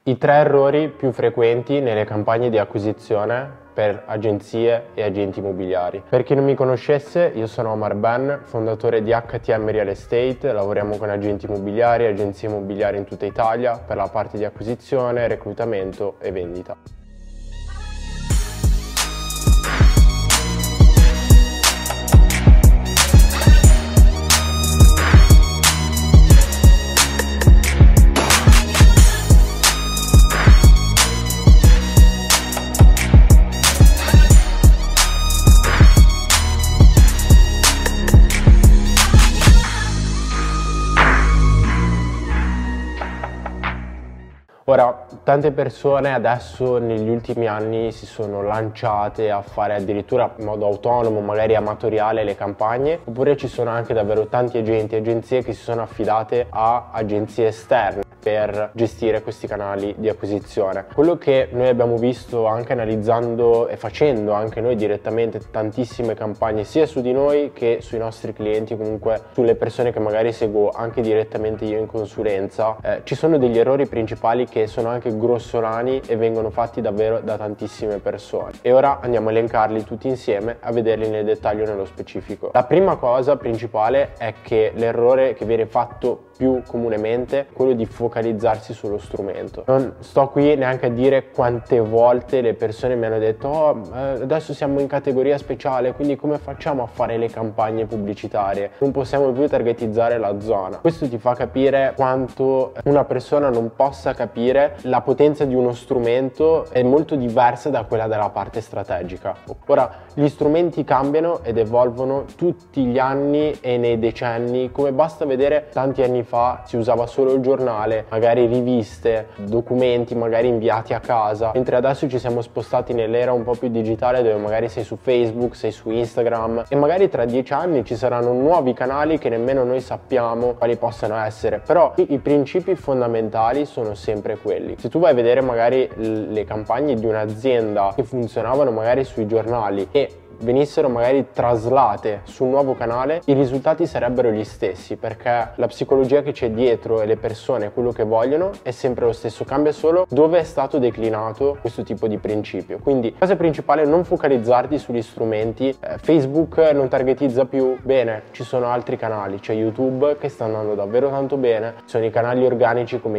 I 3 errori più frequenti nelle campagne di acquisizione per agenzie e agenti immobiliari. Per chi non mi conoscesse, io sono Omar Ben, fondatore di HTM Real Estate. Lavoriamo con agenti immobiliari, agenzie immobiliari in tutta Italia per la parte di acquisizione, reclutamento e vendita. Ora, tante persone adesso negli ultimi anni si sono lanciate a fare addirittura in modo autonomo, magari amatoriale, le campagne, oppure ci sono anche davvero tanti agenti e agenzie che si sono affidate a agenzie esterne per gestire questi canali di acquisizione. Quello che noi abbiamo visto anche analizzando e facendo anche noi direttamente tantissime campagne sia su di noi che sui nostri clienti, comunque sulle persone che magari seguo anche direttamente io in consulenza, ci sono degli errori principali che sono anche grossolani e vengono fatti davvero da tantissime persone. E ora andiamo a elencarli tutti insieme, a vederli nel dettaglio nello specifico. La prima cosa principale è che l'errore che viene fatto più comunemente è quello di focalizzarsi sullo strumento. Non sto qui neanche a dire quante volte le persone mi hanno detto adesso siamo in categoria speciale, quindi come facciamo a fare le campagne pubblicitarie? Non possiamo più targetizzare la zona. Questo ti fa capire quanto una persona non possa capire la potenza di uno strumento è molto diversa da quella della parte strategica. Ora, gli strumenti cambiano ed evolvono tutti gli anni e nei decenni, come basta vedere tanti anni fa si usava solo il giornale, magari riviste, documenti magari inviati a casa, mentre adesso ci siamo spostati nell'era un po' più digitale dove magari sei su Facebook, sei su Instagram e magari tra 10 anni ci saranno nuovi canali che nemmeno noi sappiamo quali possano essere, però i principi fondamentali sono sempre quelli. Se tu vai a vedere magari le campagne di un'azienda che funzionavano magari sui giornali e venissero magari traslate su un nuovo canale, i risultati sarebbero gli stessi, perché la psicologia che c'è dietro e le persone, quello che vogliono è sempre lo stesso, cambia solo dove è stato declinato questo tipo di principio. Quindi la cosa principale è non focalizzarti sugli strumenti. Facebook non targetizza più bene, ci sono altri canali, c'è YouTube che sta andando davvero tanto bene, ci sono i canali organici come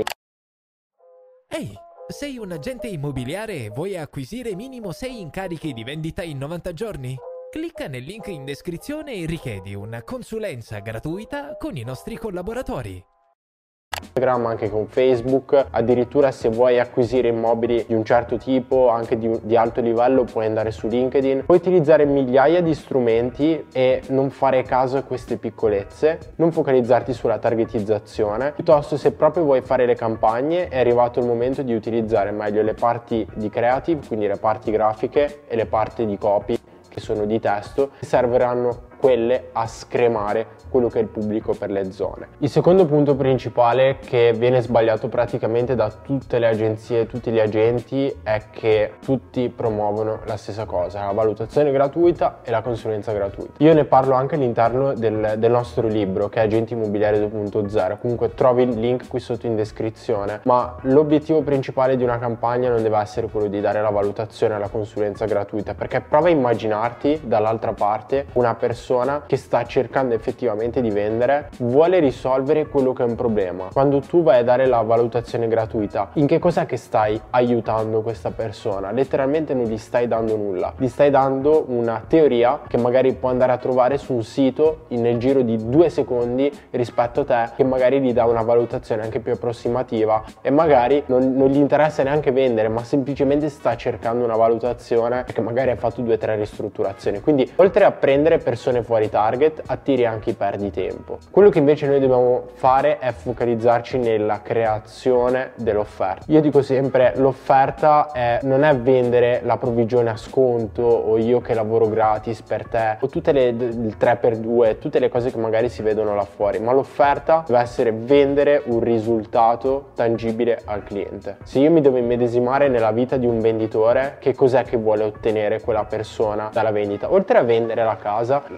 Ehi, sei un agente immobiliare e vuoi acquisire minimo 6 incarichi di vendita in 90 giorni? Clicca nel link in descrizione e richiedi una consulenza gratuita con i nostri collaboratori. Instagram, anche con Facebook. Addirittura se vuoi acquisire immobili di un certo tipo, anche di alto livello, puoi andare su LinkedIn. Puoi utilizzare migliaia di strumenti e non fare caso a queste piccolezze, non focalizzarti sulla targetizzazione. Piuttosto, se proprio vuoi fare le campagne, è arrivato il momento di utilizzare meglio le parti di creative, quindi le parti grafiche e le parti di copy che sono di testo, che serviranno quelle a scremare quello che è il pubblico per le zone. Il secondo punto principale che viene sbagliato praticamente da tutte le agenzie, tutti gli agenti, è che tutti promuovono la stessa cosa, la valutazione gratuita e la consulenza gratuita. Io ne parlo anche all'interno del nostro libro che è Agenti Immobiliari 2.0, comunque trovi il link qui sotto in descrizione, ma l'obiettivo principale di una campagna non deve essere quello di dare la valutazione e la consulenza gratuita, perché prova a immaginarti dall'altra parte una persona che sta cercando effettivamente di vendere, vuole risolvere quello che è un problema. Quando tu vai a dare la valutazione gratuita, in che cos'è che stai aiutando questa persona? Letteralmente non gli stai dando nulla, gli stai dando una teoria che magari può andare a trovare su un sito nel giro di 2 secondi rispetto a te, che magari gli dà una valutazione anche più approssimativa e magari non gli interessa neanche vendere, ma semplicemente sta cercando una valutazione perché magari ha fatto 2 o 3 ristrutturazioni. Quindi oltre a prendere persone fuori target, attiri anche i perditempo. Quello che invece noi dobbiamo fare è focalizzarci nella creazione dell'offerta. Io dico sempre, l'offerta non è vendere la provvigione a sconto o io che lavoro gratis per te o tutte il 3x2, tutte le cose che magari si vedono là fuori, ma l'offerta deve essere vendere un risultato tangibile al cliente. Se io mi devo immedesimare nella vita di un venditore, che cos'è che vuole ottenere quella persona dalla vendita? Oltre a vendere la casa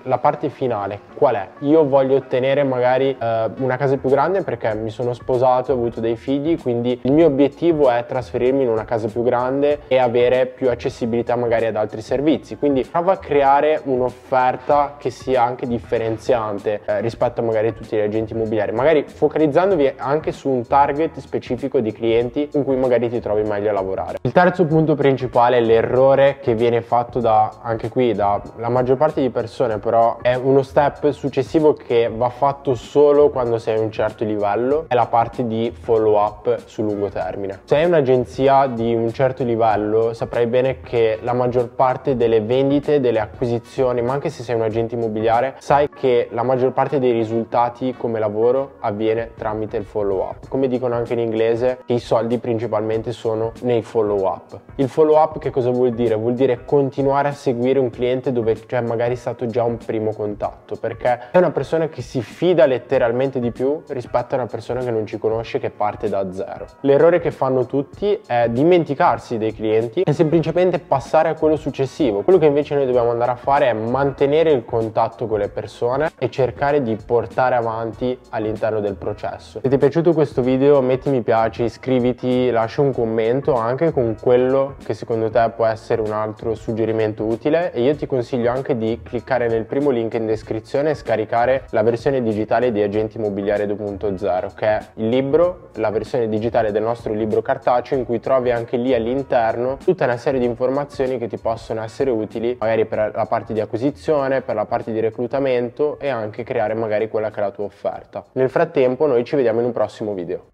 la parte finale qual è? Io voglio ottenere magari una casa più grande perché mi sono sposato e ho avuto dei figli, quindi il mio obiettivo è trasferirmi in una casa più grande e avere più accessibilità magari ad altri servizi, quindi prova a creare un'offerta che sia anche differenziante rispetto a magari a tutti gli agenti immobiliari, magari focalizzandovi anche su un target specifico di clienti con cui magari ti trovi meglio a lavorare. Il terzo punto principale, l'errore che viene fatto anche qui dalla maggior parte di persone, però è uno step successivo che va fatto solo quando sei a un certo livello, è la parte di follow up sul lungo termine. Se hai un'agenzia di un certo livello saprai bene che la maggior parte delle vendite, delle acquisizioni, ma anche se sei un agente immobiliare, sai che la maggior parte dei risultati come lavoro avviene tramite il follow up. Come dicono anche in inglese, i soldi principalmente sono nei follow up. Il follow up che cosa vuol dire? Vuol dire continuare a seguire un cliente dove c'è magari stato già un primo contatto, perché è una persona che si fida letteralmente di più rispetto a una persona che non ci conosce, che parte da zero. L'errore che fanno tutti è dimenticarsi dei clienti e semplicemente passare a quello successivo. Quello che invece noi dobbiamo andare a fare è mantenere il contatto con le persone e cercare di portare avanti all'interno del processo. Se ti è piaciuto questo video, metti mi piace, iscriviti, lascia un commento anche con quello che secondo te può essere un altro suggerimento utile, e io ti consiglio anche di cliccare nel primo link in descrizione e scaricare la versione digitale di Agenti Immobiliari 2.0, che è il libro, la versione digitale del nostro libro cartaceo, in cui trovi anche lì all'interno tutta una serie di informazioni che ti possono essere utili magari per la parte di acquisizione, per la parte di reclutamento e anche creare magari quella che è la tua offerta. Nel frattempo noi ci vediamo in un prossimo video.